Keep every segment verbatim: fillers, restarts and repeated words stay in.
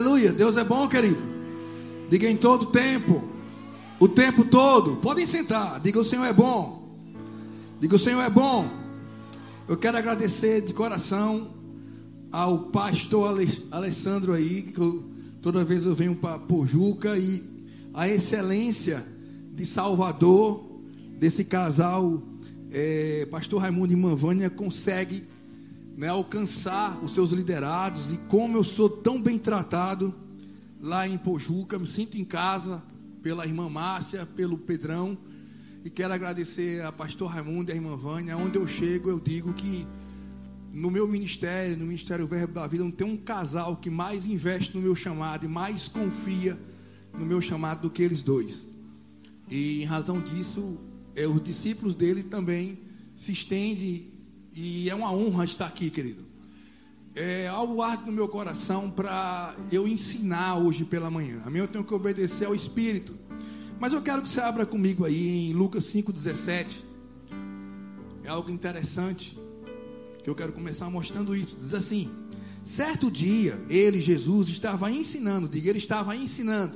Aleluia, Deus é bom, querido. Diga em todo tempo, o tempo todo. Podem sentar, diga o Senhor é bom. Diga o Senhor é bom. Eu quero agradecer de coração ao pastor Alessandro aí, que eu, toda vez eu venho para Pojuca, e a excelência de Salvador, desse casal, é, pastor Raimundo e irmã Vânia, consegue, né, alcançar os seus liderados. E como eu sou tão bem tratado lá em Pojuca, me sinto em casa pela irmã Márcia, pelo Pedrão, e quero agradecer a pastor Raimundo e a irmã Vânia. Onde eu chego, eu digo que no meu ministério, no Ministério Verbo da Vida, não tem um casal que mais investe no meu chamado e mais confia no meu chamado do que eles dois. E em razão disso, é, os discípulos dele também se estendem, e é uma honra estar aqui, querido. É algo arde no meu coração para eu ensinar hoje pela manhã. A mim eu tenho que obedecer ao Espírito. Mas eu quero que você abra comigo aí em Lucas cinco, dezessete. É algo interessante, que eu quero começar mostrando isso. Diz assim: certo dia, ele, Jesus, estava ensinando. Diga, ele estava ensinando.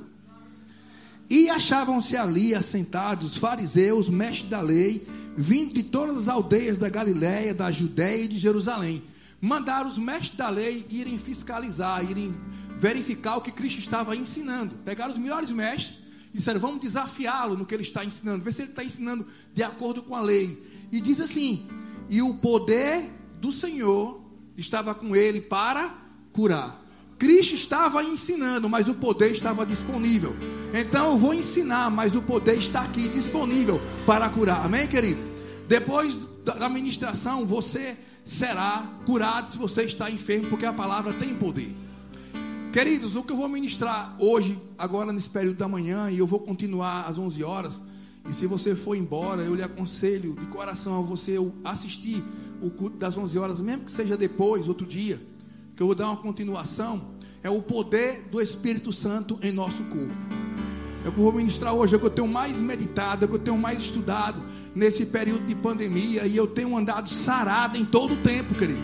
E achavam-se ali assentados fariseus, mestres da lei, vindo de todas as aldeias da Galiléia, da Judéia e de Jerusalém. Mandaram os mestres da lei irem fiscalizar, irem verificar o que Cristo estava ensinando. Pegaram os melhores mestres e disseram: vamos desafiá-lo no que ele está ensinando, ver se ele está ensinando de acordo com a lei. E diz assim: e o poder do Senhor estava com ele para curar. Cristo estava ensinando, mas o poder estava disponível. Então eu vou ensinar, mas o poder está aqui disponível para curar. Amém, querido? Depois da ministração, você será curado se você está enfermo, porque a palavra tem poder. Queridos, o que eu vou ministrar hoje, agora nesse período da manhã, e eu vou continuar às onze horas. E se você for embora, eu lhe aconselho de coração a você assistir o culto das onze horas, mesmo que seja depois, outro dia, que eu vou dar uma continuação. É o poder do Espírito Santo em nosso corpo. É o que eu vou ministrar hoje, é o que eu tenho mais meditado, é o que eu tenho mais estudado nesse período de pandemia, e eu tenho andado sarado em todo o tempo, querido.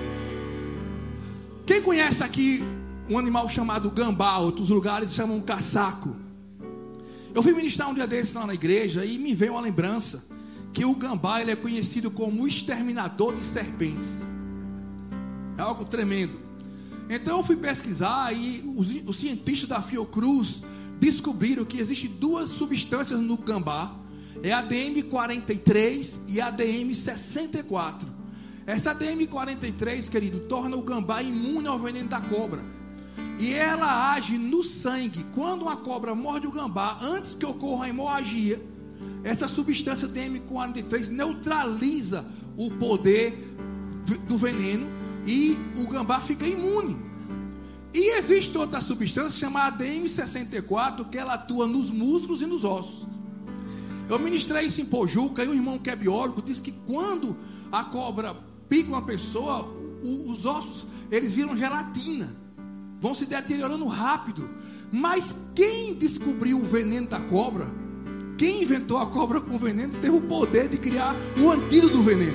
Quem conhece aqui um animal chamado gambá? Outros lugares chamam caçaco. Eu fui ministrar um dia desses lá na igreja e me veio uma lembrança que o gambá, ele é conhecido como o exterminador de serpentes. É algo tremendo. Então eu fui pesquisar, e os, os cientistas da Fiocruz descobriram que existem duas substâncias no gambá. É a D M quarenta e três e a D M sessenta e quatro. Essa D M quarenta e três, querido, torna o gambá imune ao veneno da cobra. E ela age no sangue. Quando uma cobra morde o gambá, antes que ocorra a hemorragia, essa substância D M quarenta e três neutraliza o poder do veneno e o gambá fica imune. E existe outra substância chamada D M sessenta e quatro, que ela atua nos músculos e nos ossos. Eu ministrei isso em Pojuca, e um irmão que é biólogo disse que quando a cobra pica uma pessoa, o, os ossos, eles viram gelatina, vão se deteriorando rápido. Mas quem descobriu o veneno da cobra, quem inventou a cobra com veneno, teve o poder de criar o antídoto do veneno.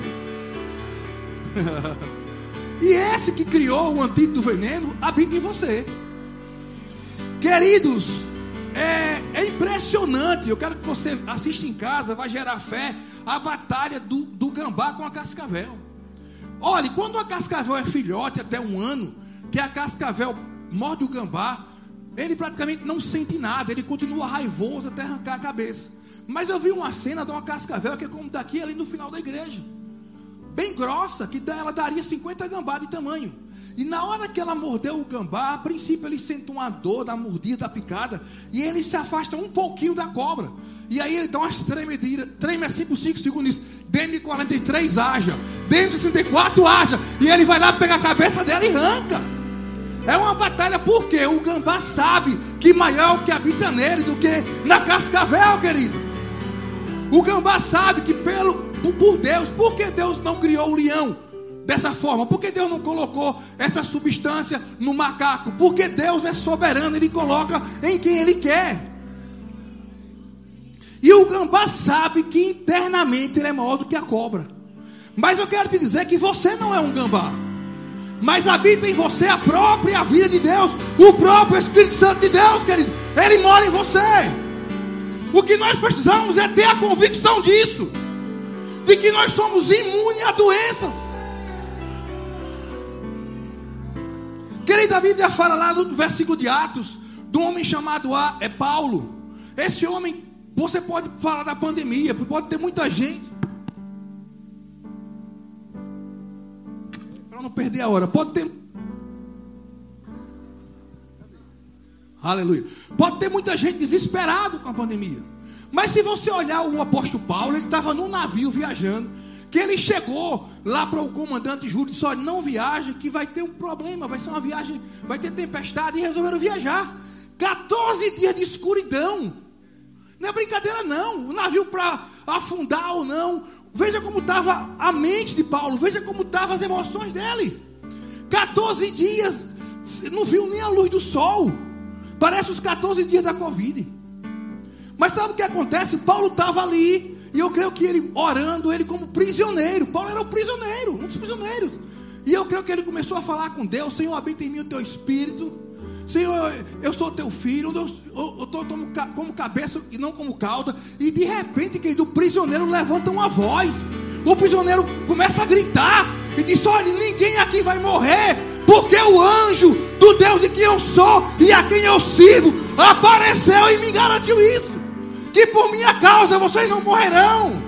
E esse que criou o antídoto do veneno habita em você. Queridos, é, é impressionante. Eu quero que você assista em casa, vai gerar fé, a batalha do, do gambá com a cascavel. Olha, quando a cascavel é filhote até um ano, que a cascavel morde o gambá, ele praticamente não sente nada, ele continua raivoso até arrancar a cabeça. Mas eu vi uma cena de uma cascavel que é como daqui ali no final da igreja, bem grossa, que ela daria cinquenta gambá de tamanho. E na hora que ela mordeu o gambá, a princípio ele sente uma dor da mordida, da picada, e ele se afasta um pouquinho da cobra. E aí ele dá umas tremediras, treme assim por cinco segundos, diz: D M quarenta e três haja, D M sessenta e quatro haja, e ele vai lá pegar a cabeça dela e arranca. É uma batalha, porque o gambá sabe que maior é o que habita nele do que na cascavel, querido. O gambá sabe que pelo, por Deus, por que Deus não criou o leão dessa forma? Por que Deus não colocou essa substância no macaco? Porque Deus é soberano, Ele coloca em quem Ele quer. E o gambá sabe que internamente ele é maior do que a cobra. Mas eu quero te dizer que você não é um gambá. mas habita em você a própria vida de Deus, o próprio Espírito Santo de Deus, querido. Ele mora em você. O que nós precisamos é ter a convicção disso, de que nós somos imunes a doenças. Querido, a Bíblia fala lá no versículo de Atos, de um homem chamado a, é Paulo. Esse homem, você pode falar da pandemia, pode ter muita gente, para não perder a hora, pode ter, aleluia, pode ter muita gente desesperado com a pandemia. Mas se você olhar o apóstolo Paulo, ele estava num navio viajando, que ele chegou lá para o comandante Júlio e disse: olha, não viaje, que vai ter um problema, vai ser uma viagem, vai ter tempestade, e resolveram viajar. quatorze dias de escuridão, não é brincadeira não, o navio para afundar ou não. Veja como estava a mente de Paulo, veja como estavam as emoções dele. quatorze dias, não viu nem a luz do sol, parece os quatorze dias da Covid. Mas sabe o que acontece? Paulo estava ali, e eu creio que ele orando, ele como prisioneiro. Paulo era o prisioneiro, um dos prisioneiros. E eu creio que ele começou a falar com Deus: Senhor, habita em mim o teu espírito. Senhor, eu sou teu filho, eu estou como cabeça e não como cauda. E de repente, querido, o prisioneiro levanta uma voz. O prisioneiro começa a gritar e diz: olha, ninguém aqui vai morrer, porque o anjo do Deus de quem eu sou e a quem eu sirvo apareceu e me garantiu isso, que por minha causa vocês não morrerão.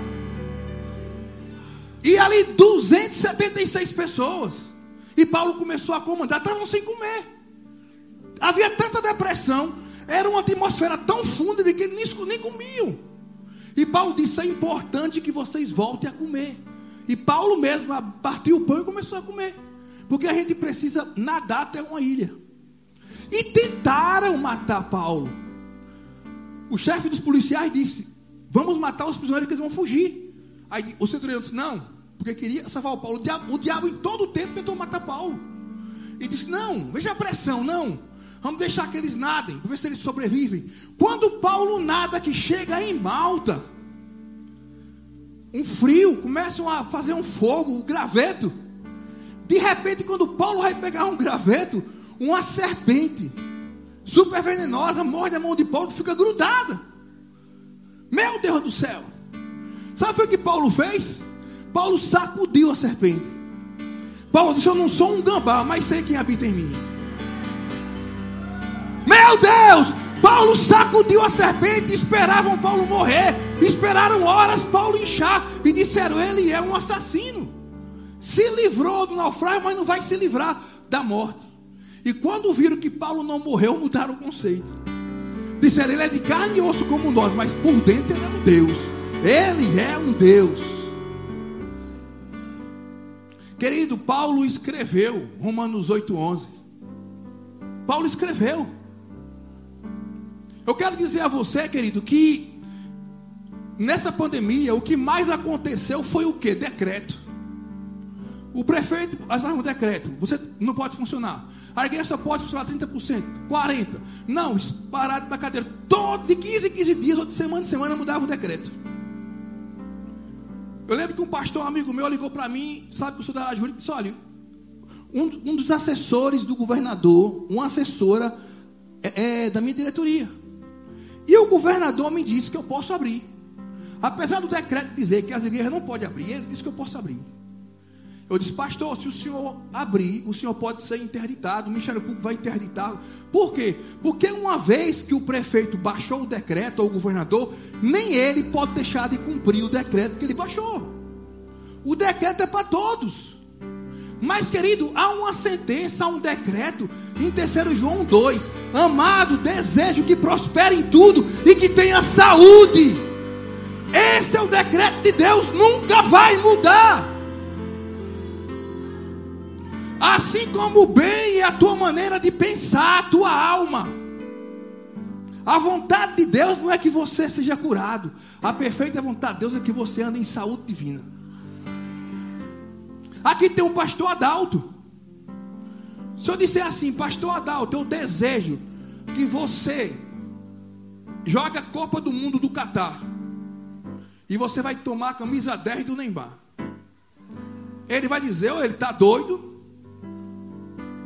E ali duzentas e setenta e seis pessoas, e Paulo começou a comandar, estavam sem comer, havia tanta depressão, era uma atmosfera tão fúnebre que eles nem comiam. E Paulo disse: é importante que vocês voltem a comer. E Paulo mesmo partiu o pão e começou a comer, porque a gente precisa nadar até uma ilha. E tentaram matar Paulo. O chefe dos policiais disse: vamos matar os prisioneiros que eles vão fugir. Aí o centurião disse: não, porque queria salvar o Paulo. O diabo, o diabo em todo o tempo tentou matar Paulo. E disse: não, veja a pressão, não, vamos deixar que eles nadem, para ver se eles sobrevivem. Quando Paulo nada, que chega em Malta, um frio, começam a fazer um fogo, um graveto. De repente, quando Paulo vai pegar um graveto, uma serpente super venenosa morde a mão de Paulo e fica grudada. Meu Deus do céu! Sabe o que Paulo fez? Paulo sacudiu a serpente. Paulo disse: eu não sou um gambá, mas sei quem habita em mim. Meu Deus! Paulo sacudiu a serpente. Esperavam Paulo morrer, esperaram horas Paulo inchar, e disseram: ele é um assassino, se livrou do naufrágio, mas não vai se livrar da morte. E quando viram que Paulo não morreu, mudaram o conceito. Disseram: ele é de carne e osso como nós, mas por dentro ele é um Deus. Ele é um Deus. Querido, Paulo escreveu Romanos oito, onze. Paulo escreveu. Eu quero dizer a você, querido, que nessa pandemia o que mais aconteceu foi o quê? Decreto. O prefeito assinou um decreto: você não pode funcionar. A igreja só pode funcionar trinta por cento, quarenta por cento. Não, parado na cadeira. Todo, de quinze em quinze dias, ou de semana em semana, mudava o decreto. Eu lembro que um pastor, um amigo meu, ligou para mim, sabe que eu sou da área jurídica, e disse: olha, um, um dos assessores do governador, uma assessora é, é da minha diretoria. E o governador me disse que eu posso abrir. Apesar do decreto dizer que as igrejas não podem abrir, ele disse que eu posso abrir. Eu disse: pastor, se o senhor abrir, o senhor pode ser interditado, o Ministério Público vai interditá-lo. Por quê? Porque uma vez que o prefeito baixou o decreto, ou o governador, nem ele pode deixar de cumprir o decreto que ele baixou. O decreto é para todos. Mas, querido, há uma sentença, há um decreto em terceiro João dois: amado, desejo que prospere em tudo e que tenha saúde. Esse é o decreto de Deus, nunca vai mudar. Assim como o bem é a tua maneira de pensar, a tua alma. A vontade de Deus não é que você seja curado. A perfeita vontade de Deus é que você ande em saúde divina. Aqui tem o pastor Adalto. Se eu disser assim: pastor Adalto, eu desejo que você jogue a Copa do Mundo do Catar, e você vai tomar a camisa dez do Neymar. Ele vai dizer: ou ele está doido,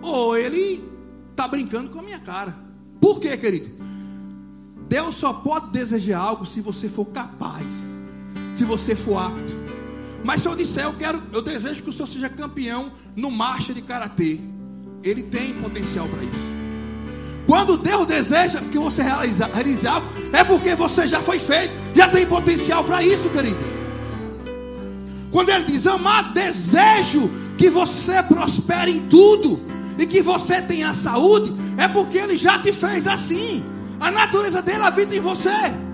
ou ele está brincando com a minha cara. Por quê, querido? Deus só pode desejar algo se você for capaz, se você for apto. Mas se eu disser, eu quero, eu desejo que o senhor seja campeão no marcha de karatê, ele tem potencial para isso. Quando Deus deseja que você realize, realize algo, é porque você já foi feito, já tem potencial para isso, querido. Quando Ele diz, amado, desejo que você prospere em tudo e que você tenha saúde, é porque Ele já te fez assim. A natureza dele habita em você.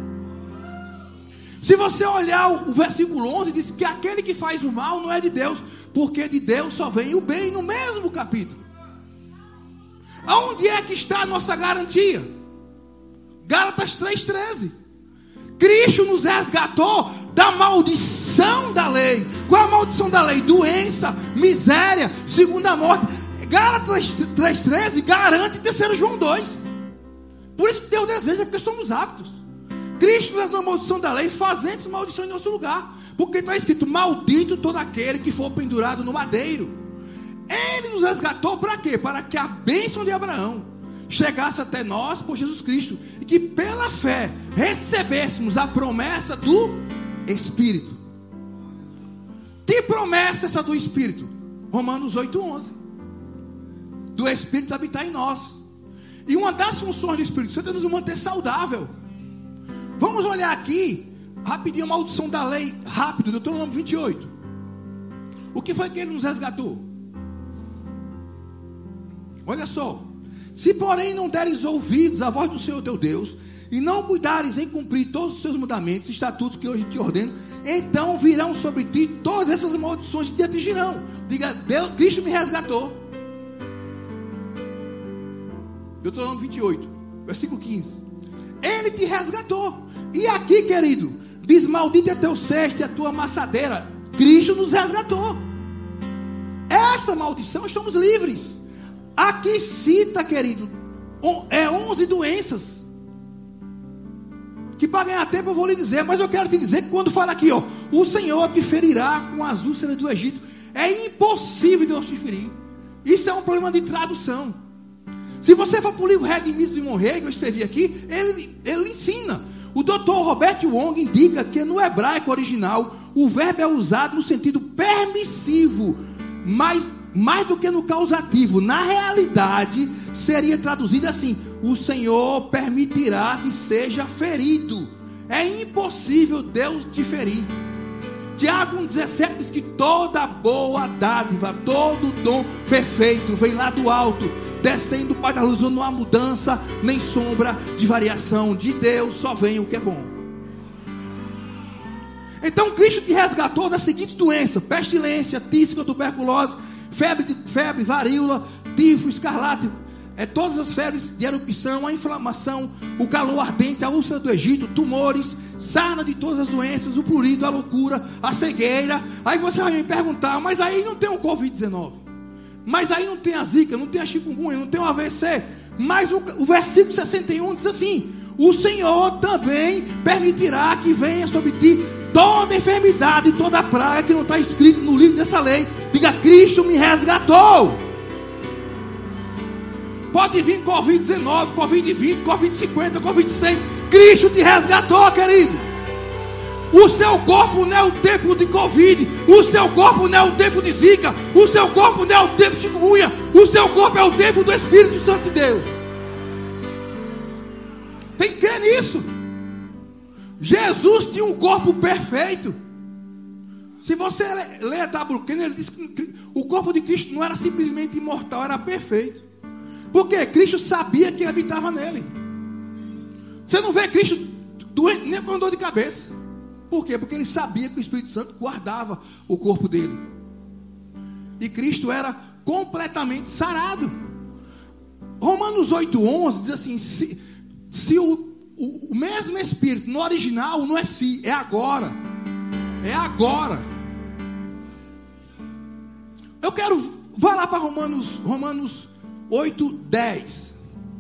Se você olhar o versículo onze, diz que aquele que faz o mal não é de Deus, porque de Deus só vem o bem, no mesmo capítulo. Aonde é que está a nossa garantia? Gálatas três, treze. Cristo nos resgatou da maldição da lei. Qual é a maldição da lei? Doença, miséria, segunda morte. Gálatas três, treze garante terceiro João dois. Por isso que Deus deseja, porque somos aptos. Cristo nos deu a maldição da lei, fazendo maldição em nosso lugar. Porque está escrito, maldito todo aquele que for pendurado no madeiro. Ele nos resgatou para quê? Para que a bênção de Abraão chegasse até nós por Jesus Cristo. E que pela fé recebêssemos a promessa do Espírito. Que promessa é essa do Espírito? Romanos oito, onze. Do Espírito habitar em nós. E uma das funções do Espírito Santo é nos manter saudável. Vamos olhar aqui rapidinho a maldição da lei. Rápido, Deuteronômio vinte e oito. O que foi que ele nos resgatou? Olha só, se porém não deres ouvidos à voz do Senhor teu Deus, e não cuidares em cumprir todos os seus mandamentos e estatutos que hoje te ordeno, então virão sobre ti todas essas maldições que te atingirão. Diga, Deus, Cristo me resgatou. Deuteronômio vinte e oito, versículo quinze. Ele te resgatou. E aqui, querido, diz, maldito é teu cesto e a tua amassadeira. Cristo nos resgatou. Essa maldição, estamos livres. Aqui cita, querido, é onze doenças. Que para ganhar tempo eu vou lhe dizer, mas eu quero te dizer que quando fala aqui, ó, o Senhor te ferirá com as úlceras do Egito. É impossível Deus te ferir. Isso é um problema de tradução. Se você for para o livro Redimidos e Morrer, que eu escrevi aqui, ele, ele ensina. O doutor Robert Wong indica que no hebraico original, o verbo é usado no sentido permissivo, mas mais do que no causativo. Na realidade, seria traduzido assim: o Senhor permitirá que seja ferido. É impossível Deus te ferir. Tiago um dezessete diz que toda boa dádiva, todo dom perfeito vem lá do alto, descendo do Pai da luz. Não há mudança, nem sombra de variação. De Deus só vem o que é bom. Então Cristo te resgatou das seguintes doenças: pestilência, tísica, tuberculose, febre, febre, varíola, tifo, escarlate, é, todas as febres de erupção, a inflamação, o calor ardente, a úlcera do Egito, tumores, sarna de todas as doenças, o prurido, a loucura, a cegueira. Aí você vai me perguntar, mas aí não tem o covid dezenove, mas aí não tem a zika, não tem a chikungunya, não tem o A V C. Mas o, o versículo sessenta e um diz assim: o Senhor também permitirá que venha sobre ti toda enfermidade e toda praga que não está escrito no livro dessa lei. Diga, Cristo me resgatou. Pode vir covid dezenove, covid vinte, covid cinquenta, covid cem. Cristo te resgatou, querido. O seu corpo não é o tempo de covid. O seu corpo não é o tempo de zika. O seu corpo não é o tempo de chikungunya. O seu corpo é o tempo do Espírito Santo de Deus. Tem que crer nisso. Jesus tinha um corpo perfeito. Se você ler W. Kenner, ele diz que o corpo de Cristo não era simplesmente imortal, era perfeito. Porque Cristo sabia que habitava nele. Você não vê Cristo doente nem com dor de cabeça. Por quê? Porque ele sabia que o Espírito Santo guardava o corpo dele. E Cristo era completamente sarado. Romanos oito, onze diz assim: se, se o, o, o mesmo Espírito no original não é se, é agora. É agora. Eu quero, vá lá para Romanos, Romanos oito, dez.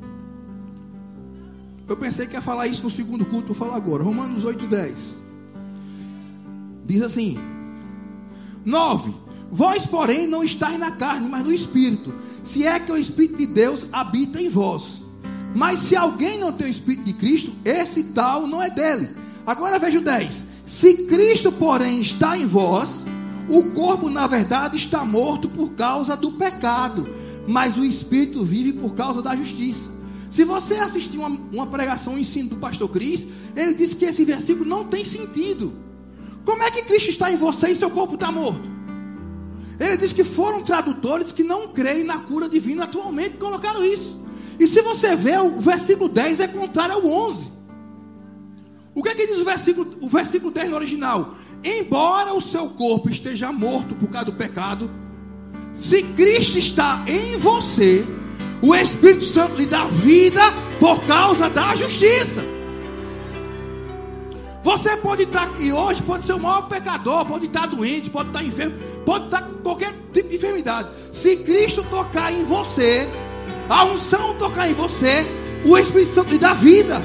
Eu pensei que ia falar isso no segundo culto, vou falar agora. Romanos oito, dez. Diz assim: nove. Vós, porém, não estáis na carne, mas no Espírito, se é que o Espírito de Deus habita em vós. Mas se alguém não tem o Espírito de Cristo, esse tal não é dele. Agora veja o dez. Se Cristo, porém, está em vós, o corpo, na verdade, está morto por causa do pecado, mas o Espírito vive por causa da justiça. Se você assistir uma, uma pregação, um ensino do pastor Cris, ele disse que esse versículo não tem sentido. Como é que Cristo está em você e seu corpo está morto? Ele diz que foram tradutores que não creem na cura divina atualmente, colocaram isso. E se você ver, o versículo dez é contrário ao onze. O que é que diz o versículo, o versículo dez no original? Embora o seu corpo esteja morto por causa do pecado, se Cristo está em você, o Espírito Santo lhe dá vida por causa da justiça. Você pode estar aqui hoje, pode ser o maior pecador, pode estar doente, pode estar enfermo, pode estar com qualquer tipo de enfermidade. Se Cristo tocar em você, a unção tocar em você, o Espírito Santo lhe dá vida.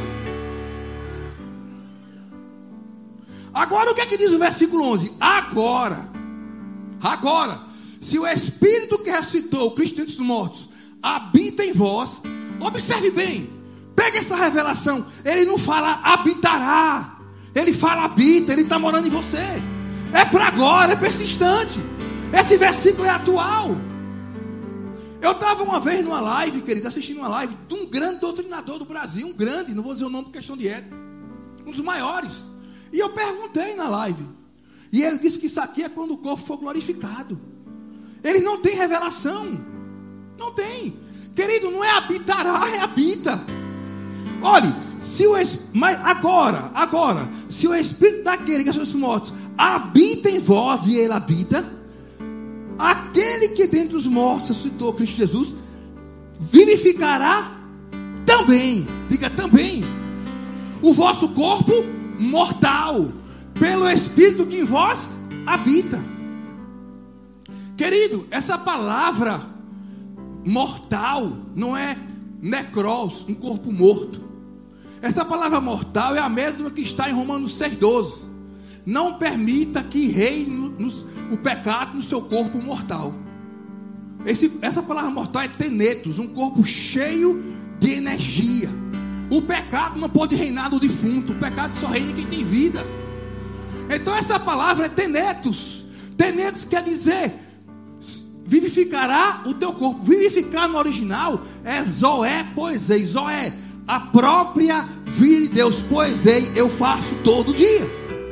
Agora o que é que diz o versículo onze? Agora, agora, se o Espírito que ressuscitou o Cristo dentre os mortos habita em vós, observe bem, pega essa revelação, ele não fala habitará, ele fala habita, ele está morando em você, é para agora, é persistente, esse versículo é atual. Eu estava uma vez numa live, querido, assistindo uma live de um grande doutrinador do Brasil, um grande, não vou dizer o nome por questão de ética, um dos maiores, e eu perguntei na live, e ele disse que isso aqui é quando o corpo for glorificado. Eles não têm revelação, não tem, querido, não é habitará, é habita. Olhe, se o mas agora, agora, se o Espírito daquele que são os mortos habita em vós e ele habita, aquele que dentre os mortos ressuscitou Cristo Jesus, vivificará também, diga também, o vosso corpo mortal, pelo Espírito que em vós habita. Querido, essa palavra mortal não é necros, um corpo morto. Essa palavra mortal é a mesma que está em Romanos seis, doze. Não permita que reine no, no, o pecado no seu corpo mortal. Esse, essa palavra mortal é tenetos, um corpo cheio de energia. O pecado não pode reinar no defunto, o pecado só reina em quem tem vida. Então essa palavra é tenetos. Tenetos quer dizer vivificará o teu corpo. Vivificar no original é zoé, poesei. Zoé, a própria vida de Deus. Poesei, eu faço todo dia.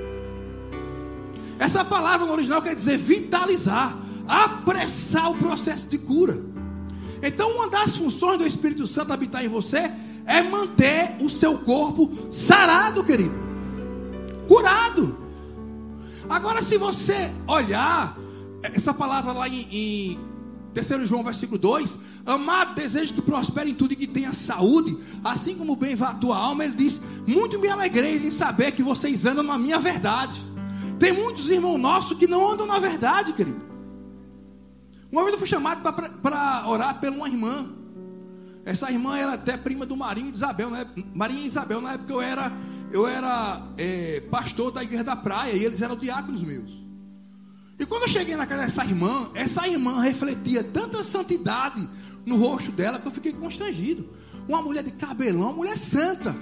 Essa palavra no original quer dizer vitalizar, apressar o processo de cura. Então uma das funções do Espírito Santo habitar em você é manter o seu corpo sarado, querido, curado. Agora se você olhar essa palavra lá em, em terceiro João versículo dois, amado, desejo que prospere em tudo e que tenha saúde, assim como bem vá a tua alma. Ele diz, muito me alegreis em saber que vocês andam na minha verdade. Tem muitos irmãos nossos que não andam na verdade, querido. Uma vez eu fui chamado para orar por uma irmã. Essa irmã era até prima do Marinho e de Isabel, né? Marinho e Isabel, na época eu era, eu era é, pastor da igreja da praia, e eles eram diáconos meus. E quando eu cheguei na casa dessa irmã, essa irmã refletia tanta santidade no rosto dela, que eu fiquei constrangido. Uma mulher de cabelão, uma mulher santa,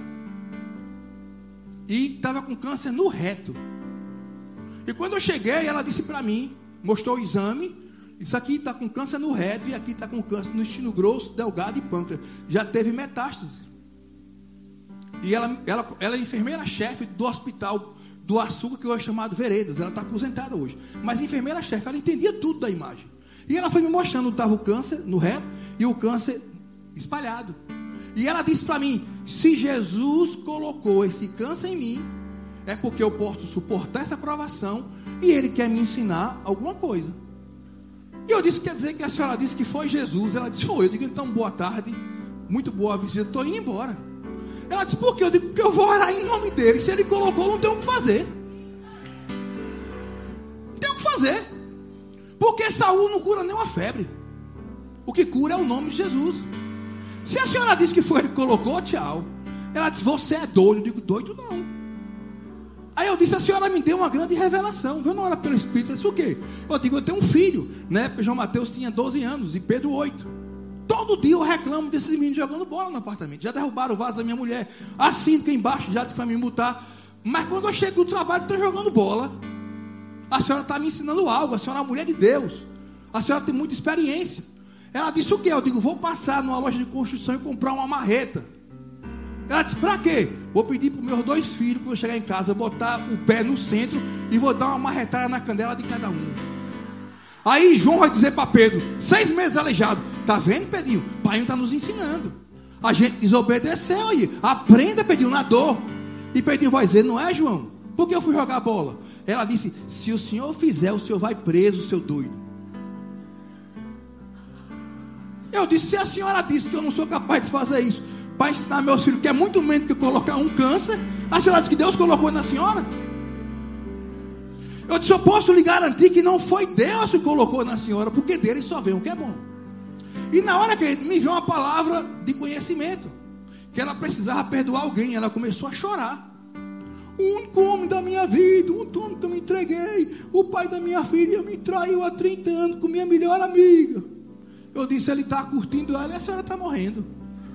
e estava com câncer no reto. E quando eu cheguei, ela disse para mim, mostrou o exame, isso aqui está com câncer no reto, e aqui está com câncer no intestino grosso, delgado e pâncreas. Já teve metástase. E ela, ela, ela é enfermeira-chefe do hospital do Açúcar, que hoje é chamado Veredas. Ela está aposentada hoje. Mas enfermeira-chefe, ela entendia tudo da imagem. E ela foi me mostrando onde estava o câncer no reto e o câncer espalhado. E ela disse para mim, se Jesus colocou esse câncer em mim, é porque eu posso suportar essa provação e Ele quer me ensinar alguma coisa. E eu disse, quer dizer que a senhora disse que foi Jesus? Ela disse, foi. Eu digo, então boa tarde, muito boa visita, estou indo embora. Ela disse, por quê? Eu digo, porque eu vou orar em nome dele. Se ele colocou, não tem o que fazer. Não tem o que fazer. Porque Saúl não cura nem uma febre. O que cura é o nome de Jesus. Se a senhora disse que foi ele que colocou, tchau. Ela disse, você é doido. Eu digo, doido não. Aí eu disse, a senhora me deu uma grande revelação. Viu na hora pelo Espírito? Eu disse, o quê? Eu digo, eu tenho um filho, né? Porque João Mateus tinha doze anos e Pedro oito. Todo dia eu reclamo desses meninos jogando bola no apartamento. Já derrubaram o vaso da minha mulher. A síndica embaixo já disse que vai me multar. Mas quando eu chego do trabalho, estou jogando bola. A senhora está me ensinando algo. A senhora é uma mulher de Deus. A senhora tem muita experiência. Ela disse o quê? Eu digo, vou passar numa loja de construção e comprar uma marreta. Ela disse, para quê? Vou pedir para os meus dois filhos, quando eu chegar em casa, botar o pé no centro e vou dar uma marretada na canela de cada um. Aí João vai dizer para Pedro, seis meses aleijado. Tá vendo, Pedrinho? O pai está nos ensinando. A gente desobedeceu aí. Aprenda, Pedrinho, na dor. E Pedrinho vai dizer, não é, João? Por que eu fui jogar bola? Ela disse, se o senhor fizer, o senhor vai preso, seu doido. Eu disse, se a senhora disse que eu não sou capaz de fazer isso para ensinar meus filhos, que é muito menos que colocar um câncer, a senhora disse que Deus colocou na senhora? Eu disse, eu posso lhe garantir que não foi Deus que colocou na senhora, porque dele só vem o que é bom. E na hora que ele me viu uma palavra de conhecimento, que ela precisava perdoar alguém, ela começou a chorar. O único homem da minha vida, o único homem que eu me entreguei, o pai da minha filha me traiu há trinta anos com minha melhor amiga. Eu disse, ele está curtindo ela e a senhora está morrendo.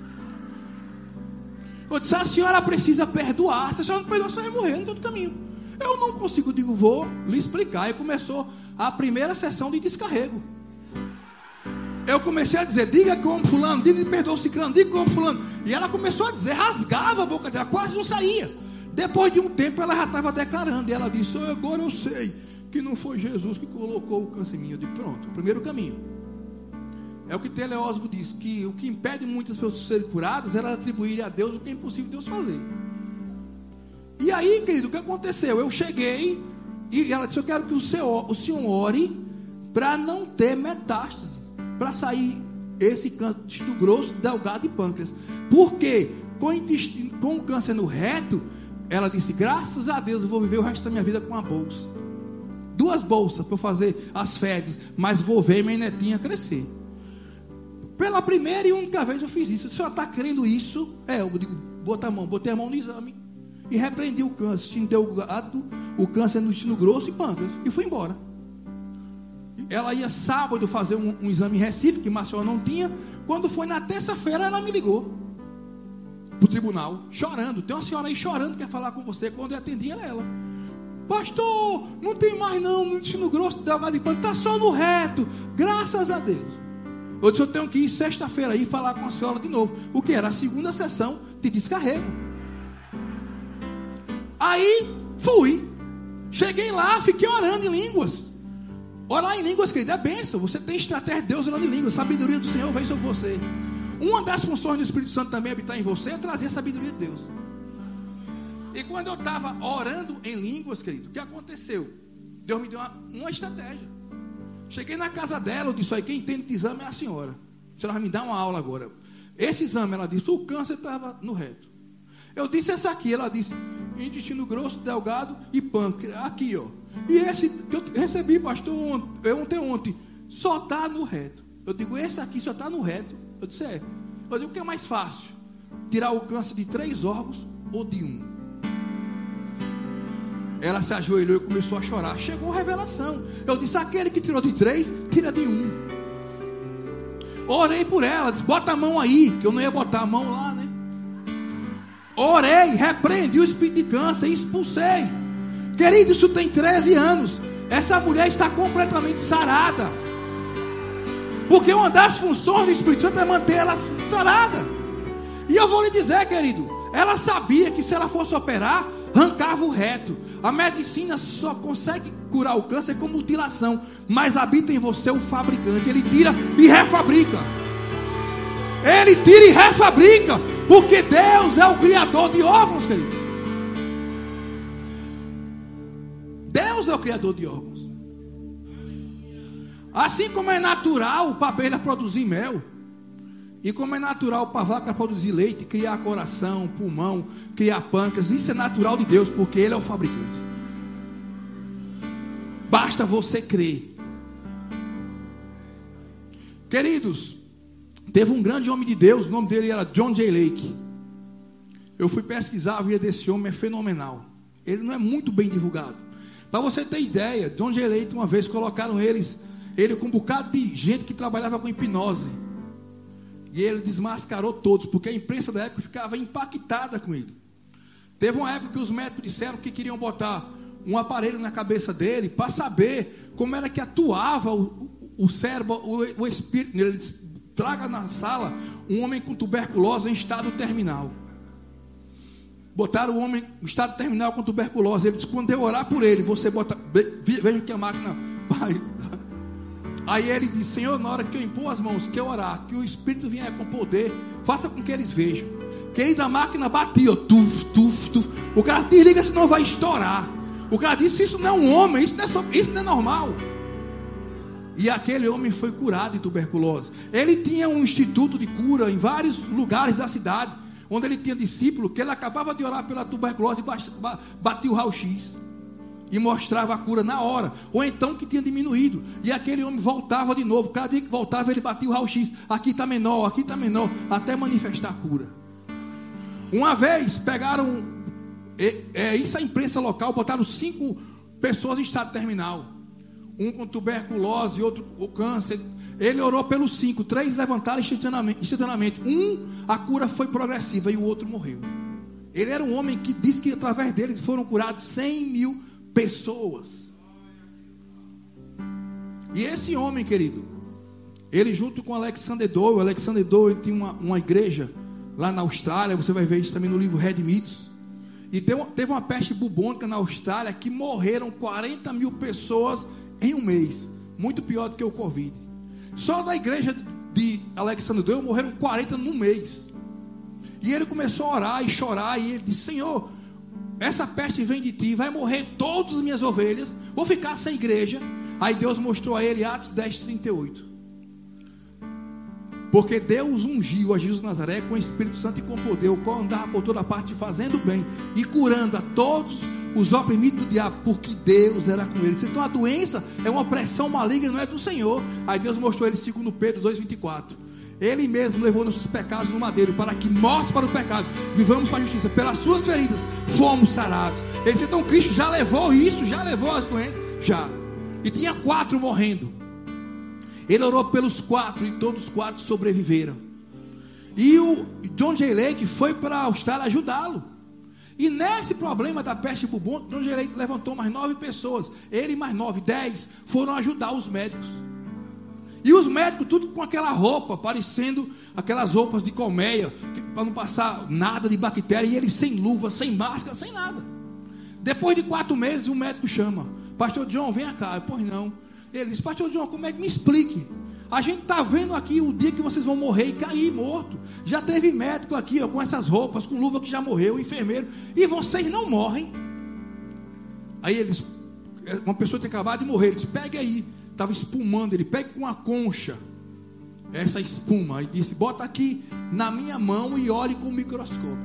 Eu disse, a senhora precisa perdoar. Se a senhora não perdoar, a senhora vai morrer no todo caminho. Eu não consigo, digo, vou lhe explicar. E começou a primeira sessão de descarrego. Eu comecei a dizer, diga que eu amo fulano, diga que perdoa o ciclano, diga que eu amo fulano. E ela começou a dizer, rasgava a boca dela, quase não saía. Depois de um tempo ela já estava declarando. E ela disse, oh, agora eu sei que não foi Jesus que colocou o câncer em mim. Eu digo, pronto, o primeiro caminho. É o que Teleósmo diz, que o que impede muitas pessoas de serem curadas era atribuir a Deus o que é impossível Deus fazer. E aí, querido, o que aconteceu? Eu cheguei e ela disse, eu quero que o senhor, o senhor ore para não ter metástase, para sair esse intestino grosso, delgado e pâncreas. Porque com o, intestino, com o câncer no reto, ela disse, graças a Deus eu vou viver o resto da minha vida com uma bolsa. Duas bolsas para eu fazer as fezes, mas vou ver minha netinha crescer. Pela primeira e única vez eu fiz isso. O senhor está crendo isso? É, eu digo, bota a mão, botei a mão no exame e repreendi o câncer, delgado, o câncer no intestino grosso e pâncreas, e fui embora. Ela ia sábado fazer um, um exame em Recife, que Maceió não tinha. Quando foi na terça-feira, ela me ligou para o tribunal, chorando. Tem uma senhora aí chorando, quer falar com você. Quando eu atendi, era ela. Pastor, não tem mais não no intestino grosso, delgado e pâncreas, está só no reto, graças a Deus. Eu disse, eu tenho que ir sexta-feira aí falar com a senhora de novo. O que era? A segunda sessão de descarrego. Aí, fui. Cheguei lá, fiquei orando em línguas. Orar em línguas, querido, é bênção. Você tem estratégia de Deus orando em línguas. Sabedoria do Senhor vem sobre você. Uma das funções do Espírito Santo também habitar em você é trazer a sabedoria de Deus. E quando eu estava orando em línguas, querido, o que aconteceu? Deus me deu uma, uma estratégia. Cheguei na casa dela, eu disse, aí quem entende de exame é a senhora. A senhora vai me dar uma aula agora. Esse exame, ela disse, o câncer estava no reto. Eu disse essa aqui, ela disse, intestino grosso, delgado e pâncreas. Aqui, ó. E esse que eu recebi, pastor, ontem, ontem, ontem só está no reto. Eu digo, esse aqui só está no reto. Eu disse, é. Eu digo, o que é mais fácil? Tirar o câncer de três órgãos ou de um? Ela se ajoelhou e começou a chorar. Chegou a revelação. Eu disse, aquele que tirou de três, tira de um. Orei por ela, disse, bota a mão aí, que eu não ia botar a mão lá, né? Orei, repreendi o espírito de câncer e expulsei. Querido, isso tem treze anos. Essa mulher está completamente sarada. Porque uma das funções do Espírito Santo é manter ela sarada. E eu vou lhe dizer, querido, ela sabia que se ela fosse operar, arrancava o reto. A medicina só consegue curar o câncer com mutilação, mas habita em você o fabricante. Ele tira e refabrica. Ele tira e refabrica, porque Deus é o criador de órgãos, querido. Deus é o criador de órgãos. Assim como é natural para a abelha produzir mel, e como é natural para a vaca produzir leite, criar coração, pulmão, criar pâncreas, isso é natural de Deus, porque Ele é o fabricante. Basta você crer. Queridos, teve um grande homem de Deus, o nome dele era John J. Lake. Eu fui pesquisar a vida desse homem, é fenomenal. ele não é muito bem divulgado. Para você ter ideia, John G. Lake, uma vez colocaram eles, ele com um bocado de gente que trabalhava com hipnose. E ele desmascarou todos, porque a imprensa da época ficava impactada com ele. Teve uma época que os médicos disseram que queriam botar um aparelho na cabeça dele para saber como era que atuava o, o, o cérebro, o, o espírito. Ele disse, traga na sala um homem com tuberculose em estado terminal. Botaram o homem em estado terminal com tuberculose. Ele disse, quando eu orar por ele, você bota, veja que a máquina vai. Aí ele disse, Senhor, na hora que eu impor as mãos, que eu orar, que o Espírito vier com poder, faça com que eles vejam. Querida, a máquina batia, tuf, tuf, tuf. O cara desliga, senão vai estourar. O cara disse, isso não é um homem, isso não é, só, isso não é normal. E aquele homem foi curado de tuberculose. Ele tinha um instituto de cura em vários lugares da cidade, onde ele tinha discípulo, que ele acabava de orar pela tuberculose e batia o raio-x. E mostrava a cura na hora. Ou então que tinha diminuído. E aquele homem voltava de novo. Cada dia que voltava ele batia o raio-x. Aqui está menor, aqui está menor. Até manifestar a cura. Uma vez pegaram é, é, isso a imprensa local. Botaram cinco pessoas em estado terminal. Um com tuberculose e outro com câncer. Ele orou pelos cinco. Três levantaram instantaneamente, instantaneamente. Um, a cura foi progressiva. E o outro morreu. Ele era um homem que disse que através dele foram curados cem mil pessoas. E esse homem, querido, ele junto com Alexander Doyle, Alexander Doyle tinha uma, uma igreja lá na Austrália, você vai ver isso também no livro Redimidos. E teve, teve uma peste bubônica na Austrália que morreram quarenta mil pessoas em um mês, muito pior do que o Covid. Só da igreja de Alexander Doyle morreram quarenta num mês. E ele começou a orar e chorar, e ele disse, Senhor, essa peste vem de ti, vai morrer todas as minhas ovelhas, vou ficar sem igreja. Aí Deus mostrou a ele Atos dez, trinta e oito. Porque Deus ungiu a Jesus Nazaré com o Espírito Santo e com poder, o qual andava por toda parte fazendo bem e curando a todos os oprimidos do diabo, porque Deus era com ele. Então a doença é uma opressão maligna, não é do Senhor. Aí Deus mostrou ele segundo Pedro dois, vinte e quatro. Ele mesmo levou nossos pecados no madeiro, para que mortos para o pecado, vivamos para a justiça. Pelas suas feridas fomos sarados. Ele disse, então Cristo já levou isso, já levou as doenças, já. E tinha quatro morrendo. Ele orou pelos quatro e todos os quatro sobreviveram. E o John G. Lake foi para a Austrália ajudá-lo. E nesse problema da peste bubônica, John G. Lake levantou mais nove pessoas. Ele mais nove, dez foram ajudar os médicos. E os médicos, tudo com aquela roupa, parecendo aquelas roupas de colmeia, para não passar nada de bactéria. E ele sem luva, sem máscara, sem nada. Depois de quatro meses, o médico chama, pastor John, vem cá. Eu, pois não. Ele diz, pastor John, como é que me explique? A gente está vendo aqui o dia que vocês vão morrer e cair morto. Já teve médico aqui, ó, com essas roupas, com luva que já morreu, enfermeiro, e vocês não morrem. Aí eles, uma pessoa tem acabado de morrer, eles pegue aí. Estava espumando, ele pega com a concha essa espuma e disse, bota aqui na minha mão e olhe com o microscópio.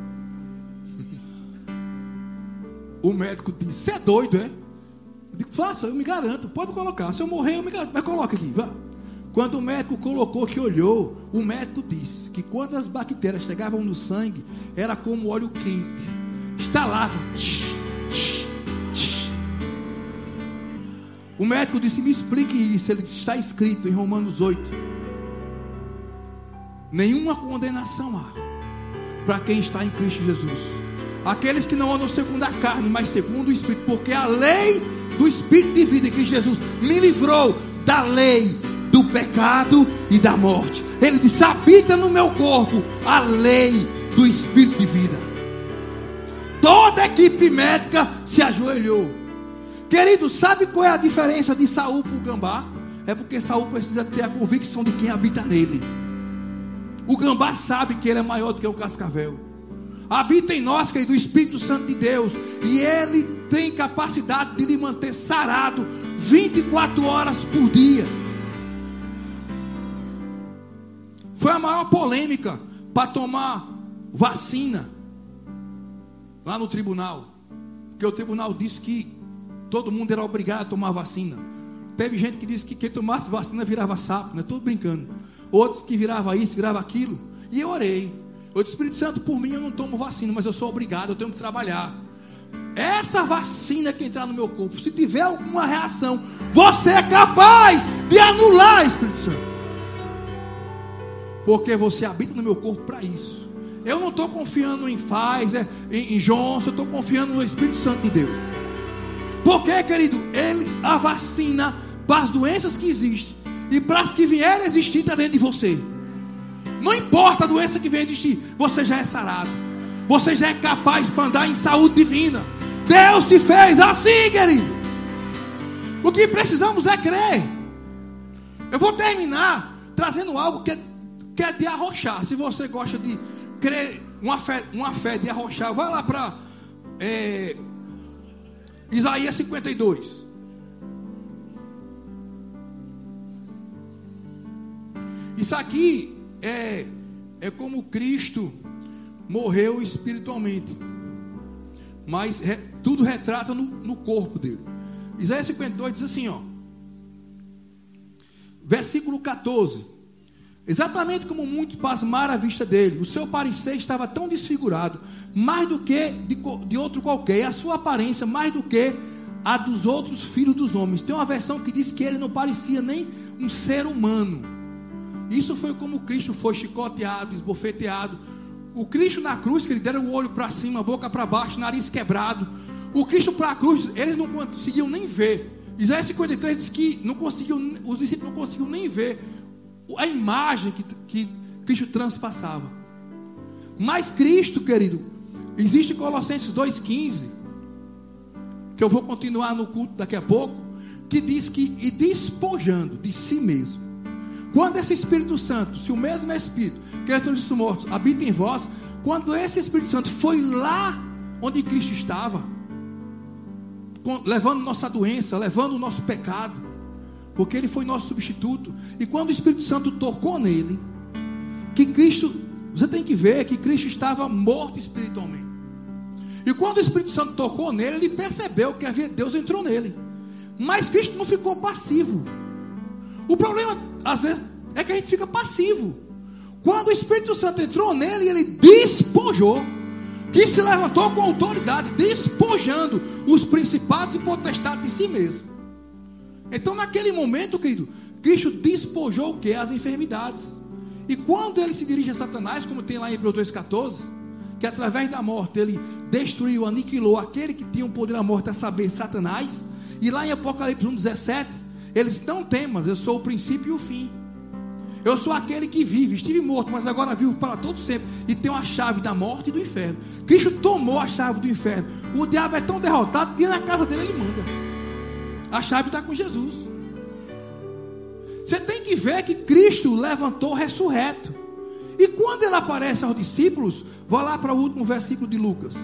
O médico disse, você é doido, é? Eu digo, faça, eu me garanto, pode colocar, se eu morrer eu me garanto, mas coloca aqui, vá. Quando o médico colocou, que olhou, o médico disse que quando as bactérias chegavam no sangue, era como óleo quente, estalava. O médico disse, me explique isso. Ele disse, está escrito em Romanos oito, nenhuma condenação há para quem está em Cristo Jesus, aqueles que não andam segundo a carne, mas segundo o Espírito, porque a lei do Espírito de vida em Cristo Jesus me livrou da lei do pecado e da morte. Ele disse, habita no meu corpo a lei do Espírito de vida. Toda a equipe médica se ajoelhou. Querido, sabe qual é a diferença de Saul para o gambá? É porque Saul precisa ter a convicção de quem habita nele. O gambá sabe que ele é maior do que o cascavel. Habita em nós, querido, o Espírito Santo de Deus. E ele tem capacidade de lhe manter sarado vinte e quatro horas por dia. Foi a maior polêmica para tomar vacina lá no tribunal. Porque o tribunal disse que todo mundo era obrigado a tomar vacina. Teve gente que disse que quem tomasse vacina virava sapo, né? Tudo brincando. Outros que virava isso, virava aquilo. E eu orei. Eu disse, Espírito Santo, por mim eu não tomo vacina, mas eu sou obrigado, eu tenho que trabalhar. essa vacina que entrar no meu corpo, se tiver alguma reação, você é capaz de anular, Espírito Santo. Porque você habita no meu corpo para isso. Eu não estou confiando em Pfizer, em, em Johnson, eu estou confiando no Espírito Santo de Deus. Porque, querido, Ele, a vacina para as doenças que existem e para as que vierem a existir, está dentro de você. Não importa a doença que venha a existir, você já é sarado. Você já é capaz para andar em saúde divina. Deus te fez assim, querido. O que precisamos é crer. Eu vou terminar trazendo algo que é, que é de arrochar. Se você gosta de crer, uma fé, uma fé de arrochar, vai lá para é, Isaías cinquenta e dois. Isso aqui é, é como Cristo morreu espiritualmente, mas re, tudo retrata no, no corpo dele. Isaías cinquenta e dois diz assim, ó, versículo catorze: exatamente como muitos pasmaram à vista dele, o seu parecer estava tão desfigurado, mais do que de, de outro qualquer, e a sua aparência mais do que a dos outros filhos dos homens. Tem uma versão que diz que ele não parecia nem um ser humano. Isso foi como Cristo foi chicoteado, esbofeteado. O Cristo na cruz, que ele deram o olho para cima, a boca para baixo, nariz quebrado. O Cristo para a cruz, eles não conseguiam nem ver. Isaías cinquenta e três diz que não conseguiam, os discípulos não conseguiam nem ver a imagem que, que Cristo transpassava. Mas Cristo, querido, existe Colossenses dois quinze, que eu vou continuar no culto daqui a pouco, que diz que, e despojando de si mesmo. Quando esse Espírito Santo, se o mesmo Espírito que ressuscitou dos mortos habita em vós, quando esse Espírito Santo foi lá onde Cristo estava, levando nossa doença, levando o nosso pecado, porque Ele foi nosso substituto, e quando o Espírito Santo tocou nele, que Cristo, você tem que ver que Cristo estava morto espiritualmente, e quando o Espírito Santo tocou nele, ele percebeu que havia, Deus entrou nele, mas Cristo não ficou passivo. O problema, às vezes, é que a gente fica passivo. Quando o Espírito Santo entrou nele, ele despojou, que se levantou com autoridade, despojando os principados e potestades de si mesmo. Então, naquele momento, querido, Cristo despojou o que? As enfermidades. E quando ele se dirige a Satanás, como tem lá em Hebreus dois catorze, que através da morte ele destruiu, aniquilou aquele que tinha o poder da morte, a saber, Satanás. E lá em Apocalipse um dezessete, ele diz: não temas, eu sou o princípio e o fim. Eu sou aquele que vive, estive morto, mas agora vivo para todo sempre, e tenho a chave da morte e do inferno. Cristo tomou a chave do inferno. O diabo é tão derrotado que na casa dele ele manda. A chave está com Jesus. Você tem que ver que Cristo levantou ressurreto. E quando ele aparece aos discípulos, vou lá para o último versículo de Lucas.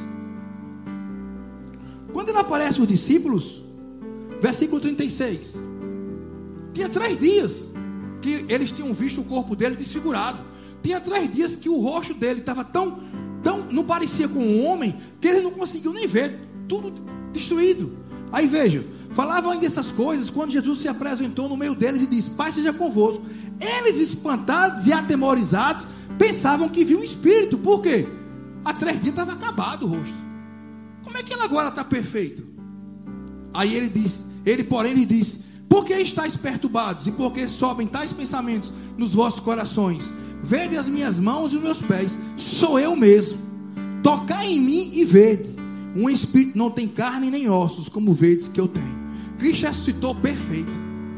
Quando ele aparece aos discípulos, versículo trinta e seis, tinha três dias que eles tinham visto o corpo dele desfigurado. Tinha três dias que o rosto dele estava tão, tão, não parecia com um homem, que eles não conseguiam nem ver, tudo destruído. Aí veja, falavam ainda dessas coisas quando Jesus se apresentou no meio deles e disse: Pai seja convosco. Eles, espantados e atemorizados, pensavam que viam um espírito. Por quê? Há três dias estava acabado o rosto. Como é que ele agora está perfeito? Aí ele disse, ele porém lhe disse: por que estáis perturbados? E por que sobem tais pensamentos nos vossos corações? Vede as minhas mãos e os meus pés, sou eu mesmo. Tocai em mim e vede. Um espírito não tem carne nem ossos, como vedes que eu tenho. Cristo ressuscitou perfeito.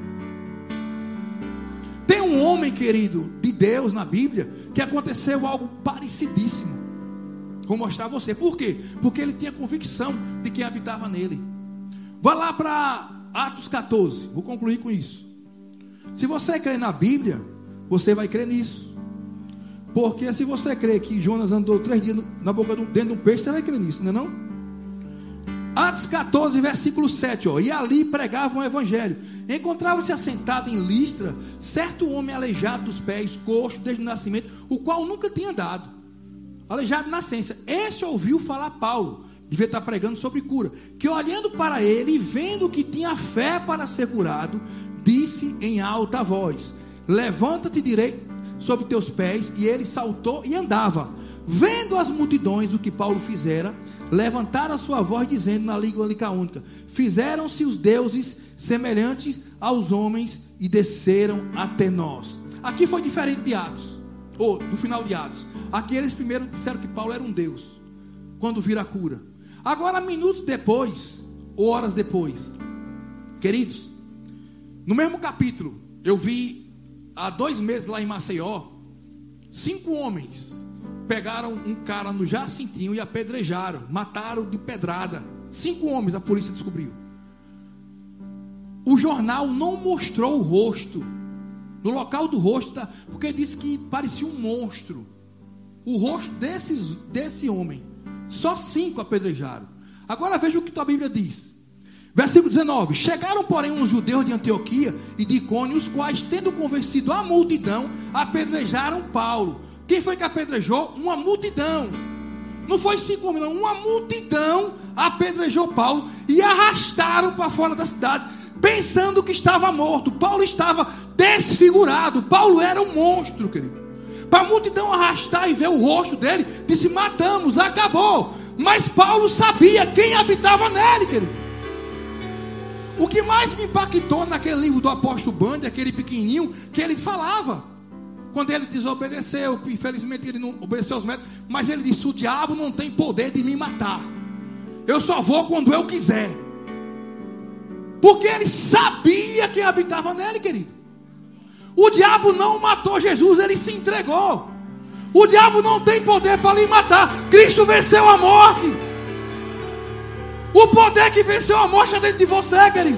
Tem um homem, querido, de Deus na Bíblia, que aconteceu algo parecidíssimo. Vou mostrar a você. Por quê? Porque ele tinha convicção de quem habitava nele. Vá lá para Atos catorze, vou concluir com isso. Se você crê na Bíblia, você vai crer nisso. Porque se você crê que Jonas andou três dias na boca do, dentro de um peixe, você vai crer nisso, não é não? Atos catorze, versículo sete, ó. E ali pregavam o evangelho. Encontrava-se assentado em Listra certo homem aleijado dos pés, coxo desde o nascimento, o qual nunca tinha andado, aleijado de nascença. Esse ouviu falar Paulo, devia estar pregando sobre cura, que olhando para ele e vendo que tinha fé para ser curado, disse em alta voz: levanta-te direito sobre teus pés. E ele saltou e andava. vendo as multidões o que Paulo fizera, levantaram a sua voz dizendo na língua licaônica: fizeram-se os deuses semelhantes aos homens e desceram até nós. Aqui foi diferente de Atos, ou do final de Atos. Aqui eles primeiro disseram que Paulo era um deus, quando viram a cura. Agora, minutos depois, ou horas depois, queridos, no mesmo capítulo, eu vi há dois meses lá em Maceió, cinco homens pegaram um cara no Jacintinho e apedrejaram, mataram de pedrada. Cinco homens a polícia descobriu. O jornal não mostrou o rosto, no local do rosto, tá, porque disse que parecia um monstro. O rosto desses, desse homem, só cinco apedrejaram. Agora veja o que a Bíblia diz. Versículo dezenove: chegaram, porém, uns judeus de Antioquia e de Icônio, os quais, tendo convencido a multidão, apedrejaram Paulo. Quem foi que apedrejou? Uma multidão. Não foi cinco homens, não. Uma multidão apedrejou Paulo e arrastaram para fora da cidade, pensando que estava morto. Paulo estava desfigurado. Paulo era um monstro, querido. Para a multidão arrastar e ver o rosto dele, disse: matamos, acabou. Mas Paulo sabia quem habitava nele, querido. O que mais me impactou naquele livro do apóstolo Bande, aquele pequenininho, que ele falava, quando ele desobedeceu, infelizmente ele não obedeceu aos médicos, mas ele disse: o diabo não tem poder de me matar, eu só vou quando eu quiser. Porque ele sabia quem habitava nele, querido. O diabo não matou Jesus, ele se entregou. O diabo não tem poder para lhe matar. Cristo venceu a morte. O poder que venceu a morte é dentro de você, querido.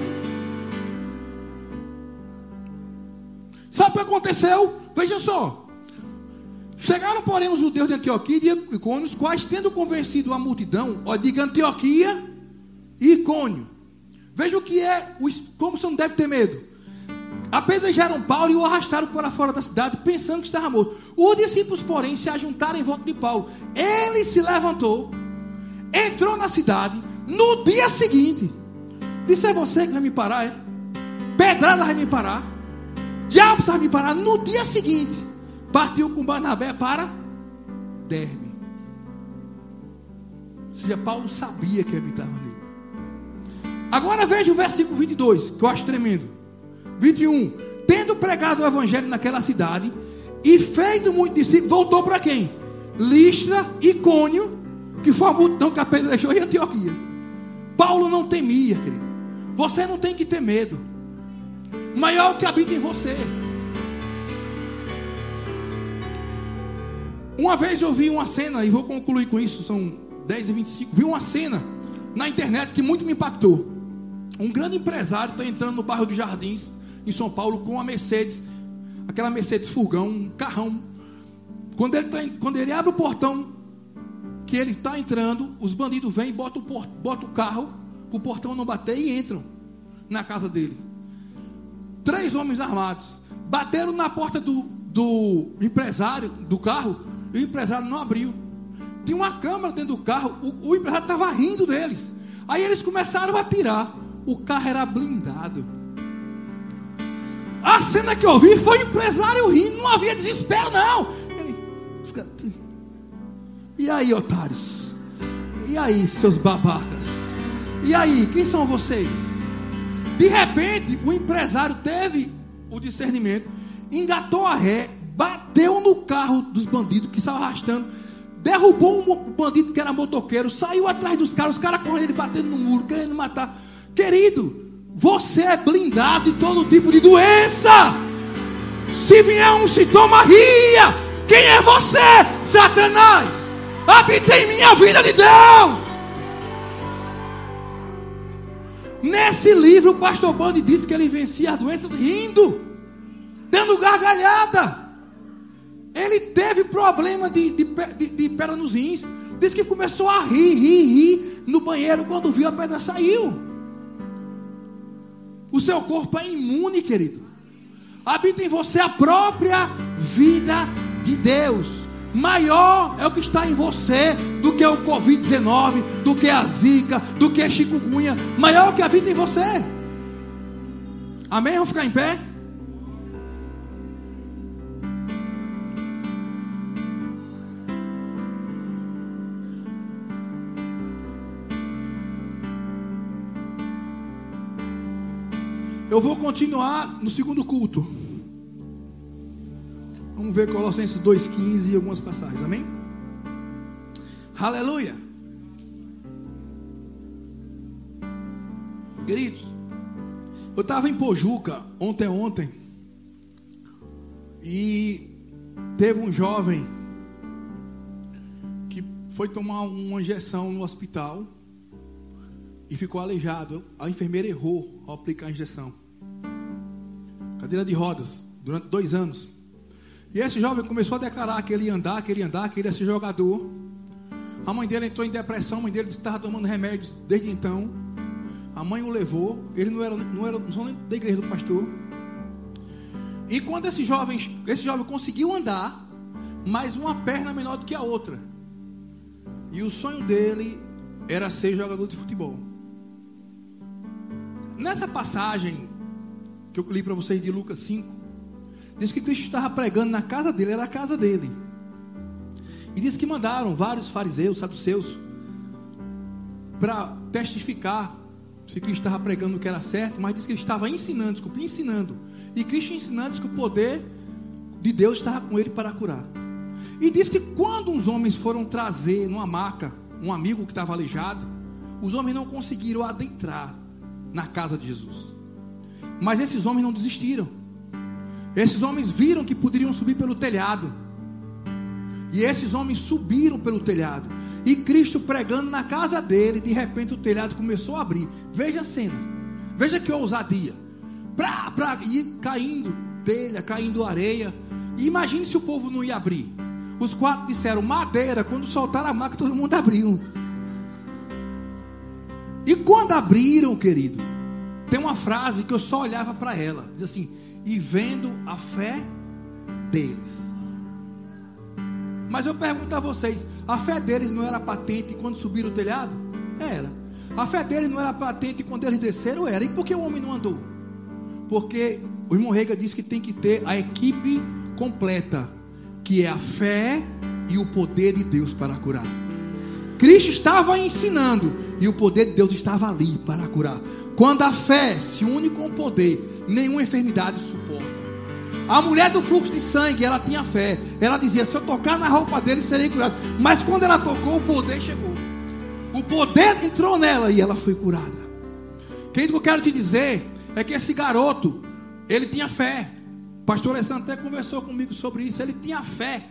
Sabe o que aconteceu? Veja só. Chegaram, porém, os judeus de Antioquia e de Icônio, os quais, tendo convencido a multidão, ó, diga Antioquia e Icônio. Veja o que é, como você não deve ter medo. Apedrejaram Paulo e o arrastaram para fora da cidade, pensando que estava morto. Os discípulos, porém, se ajuntaram em volta de Paulo. Ele se levantou, entrou na cidade. No dia seguinte, disse: é você que vai me parar, é? Pedrada vai me parar, diabo vai me parar. No dia seguinte, partiu com Barnabé para Derbe. Ou seja, Paulo sabia que habitava nele. Agora veja o versículo vinte e dois, que eu acho tremendo. vinte e um: tendo pregado o evangelho naquela cidade e feito muito discípulos, voltou para quem? Listra, Icônio, que foi a multidão que apedrejou, e Antioquia. Paulo não temia, querido. Você não tem que ter medo. Maior o que habita em você. Uma vez eu vi uma cena, e vou concluir com isso, são dez e vinte e cinco. Vi uma cena na internet que muito me impactou. Um grande empresário está entrando no bairro dos Jardins, em São Paulo, com uma Mercedes, aquela Mercedes furgão, um carrão. Quando ele, tá, quando ele abre o portão, que ele está entrando, os bandidos vêm e botam o, port, botam o carro, para o portão não bater, e entram na casa dele. Três homens armados bateram na porta do, do empresário, do carro, e o empresário não abriu. Tinha uma câmera dentro do carro, o, o empresário estava rindo deles. Aí eles começaram a atirar. O carro era blindado. A cena que eu vi foi o empresário rindo. Não havia desespero, não. Ele... E aí, otários? E aí, seus babacas? E aí, quem são vocês? De repente, o empresário teve o discernimento, engatou a ré, bateu no carro dos bandidos que estavam arrastando, derrubou um bandido que era motoqueiro, saiu atrás dos caras, os caras correndo, ele batendo no muro, querendo matar. Querido, você é blindado de todo tipo de doença. Se vier um sintoma, ria. Quem é você, Satanás? Habita em minha vida de Deus. Nesse livro, o pastor Bande disse que ele vencia as doenças rindo, dando gargalhada. Ele teve problema de, de, de, de pedra nos rins. Disse que começou a rir, rir, rir no banheiro. Quando viu, a pedra saiu. O seu corpo é imune, querido. Habita em você a própria vida de Deus. Maior é o que está em você do que o covid dezenove, do que a zika, do que a chikungunya. Maior é o que habita em você. Amém? Vamos ficar em pé? Eu vou continuar no segundo culto. Vamos ver Colossenses dois, quinze e algumas passagens, amém? Aleluia. Queridos, eu estava em Pojuca ontem, ontem, e teve um jovem que foi tomar uma injeção no hospital e ficou aleijado. A enfermeira errou ao aplicar a injeção. Cadeira de rodas, durante dois anos. E esse jovem começou a declarar que ele ia andar, que ele ia andar, que ele ia ser jogador. A mãe dele entrou em depressão, a mãe dele disse que estava tomando remédios desde então. A mãe o levou, ele não era, não era não nem da igreja do pastor. E quando esse jovem, esse jovem conseguiu andar, mas uma perna menor do que a outra. E o sonho dele era ser jogador de futebol. Nessa passagem que eu li para vocês de Lucas cinco, diz que Cristo estava pregando na casa dele, era a casa dele. E diz que mandaram vários fariseus, saduceus, para testificar se Cristo estava pregando o que era certo, mas diz que ele estava ensinando, desculpa, ensinando. E Cristo ensinando, diz que o poder de Deus estava com ele para curar. E diz que quando os homens foram trazer numa maca um amigo que estava aleijado, os homens não conseguiram adentrar na casa de Jesus. Mas esses homens não desistiram. Esses homens viram que poderiam subir pelo telhado. E esses homens subiram pelo telhado. E Cristo pregando na casa dele, de repente o telhado começou a abrir. Veja a cena. Veja que ousadia. Pra, pra, e caindo telha, caindo areia. E imagine se o povo não ia abrir. Os quatro disseram madeira. Quando soltaram a maca, todo mundo abriu. E quando abriram, querido, tem uma frase que eu só olhava para ela. Diz assim: e vendo a fé deles. Mas eu pergunto a vocês, a fé deles não era patente quando subiram o telhado? Era. A fé deles não era patente quando eles desceram? Era. E por que o homem não andou? Porque o irmão Rega diz que tem que ter a equipe completa, que é a fé e o poder de Deus para curar. Cristo estava ensinando e o poder de Deus estava ali para curar. Quando a fé se une com o poder, nenhuma enfermidade suporta. A mulher do fluxo de sangue, ela tinha fé. Ela dizia: se eu tocar na roupa dele, serei curado. Mas quando ela tocou, o poder chegou. O poder entrou nela e ela foi curada. Querido, o que eu quero te dizer é que esse garoto, ele tinha fé. O pastor Alessandro até conversou comigo sobre isso. Ele tinha fé,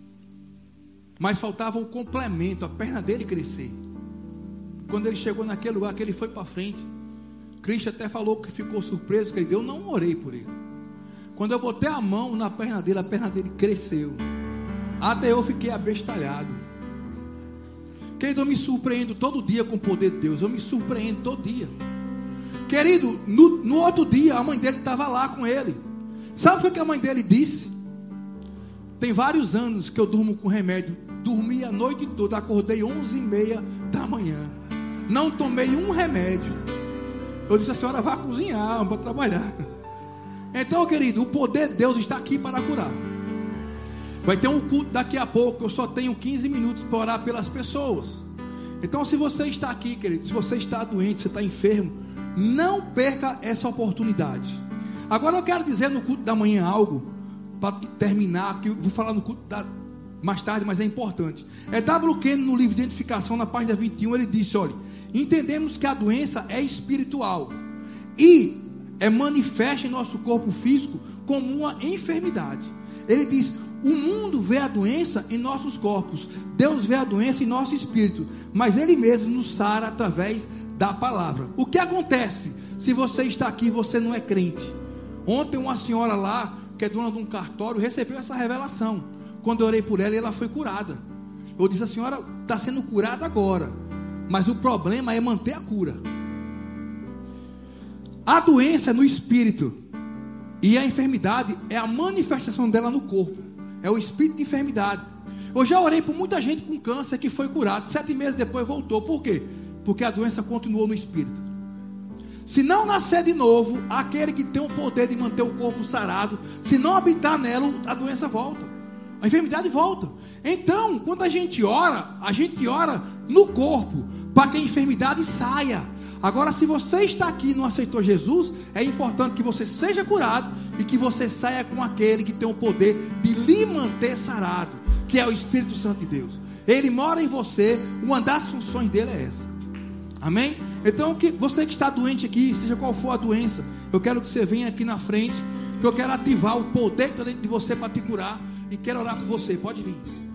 mas faltava o complemento, a perna dele crescer. Quando ele chegou naquele lugar que ele foi para frente, Cristo até falou que ficou surpreso, que ele deu, eu não orei por ele. Quando eu botei a mão na perna dele, a perna dele cresceu. Até eu fiquei abestalhado. Querido, eu me surpreendo todo dia com o poder de Deus. Eu me surpreendo todo dia. Querido, no, no outro dia, a mãe dele estava lá com ele. Sabe o que a mãe dele disse? Tem vários anos que eu durmo com remédio. Dormi a noite toda, acordei onze e meia da manhã. Não tomei um remédio. Eu disse: a senhora vai cozinhar, para trabalhar. Então, querido, o poder de Deus está aqui para curar. Vai ter um culto daqui a pouco. Eu só tenho quinze minutos para orar pelas pessoas. Então, se você está aqui, querido, se você está doente, você está enfermo, não perca essa oportunidade. Agora eu quero dizer no culto da manhã algo, para terminar, que eu vou falar no culto da, mais tarde, mas é importante. É W. Kenyon, no livro de Identificação, na página vinte e um, ele disse: olha, entendemos que a doença é espiritual e é manifesta em nosso corpo físico como uma enfermidade. Ele diz: o mundo vê a doença em nossos corpos, Deus vê a doença em nosso espírito, mas Ele mesmo nos sara através da palavra. O que acontece se você está aqui e você não é crente? Ontem uma senhora lá, que é dona de um cartório, recebeu essa revelação. Quando eu orei por ela, ela foi curada. Eu disse: a senhora está sendo curada agora, mas o problema é manter a cura. A doença é no espírito, e a enfermidade é a manifestação dela no corpo. É o espírito de enfermidade. Eu já orei por muita gente com câncer que foi curado, sete meses depois voltou. Por quê? Porque a doença continuou no espírito. Se não nascer de novo, aquele que tem o poder de manter o corpo sarado, se não habitar nela, a doença volta, a enfermidade volta. Então, quando a gente ora, a gente ora no corpo, para que a enfermidade saia. Agora, se você está aqui e não aceitou Jesus, é importante que você seja curado e que você saia com aquele que tem o poder de lhe manter sarado, que é o Espírito Santo de Deus. Ele mora em você, uma das funções dele é essa. Amém? Então, que você que está doente aqui, seja qual for a doença, eu quero que você venha aqui na frente, que eu quero ativar o poder que está dentro de você para te curar, e quero orar por você. Pode vir.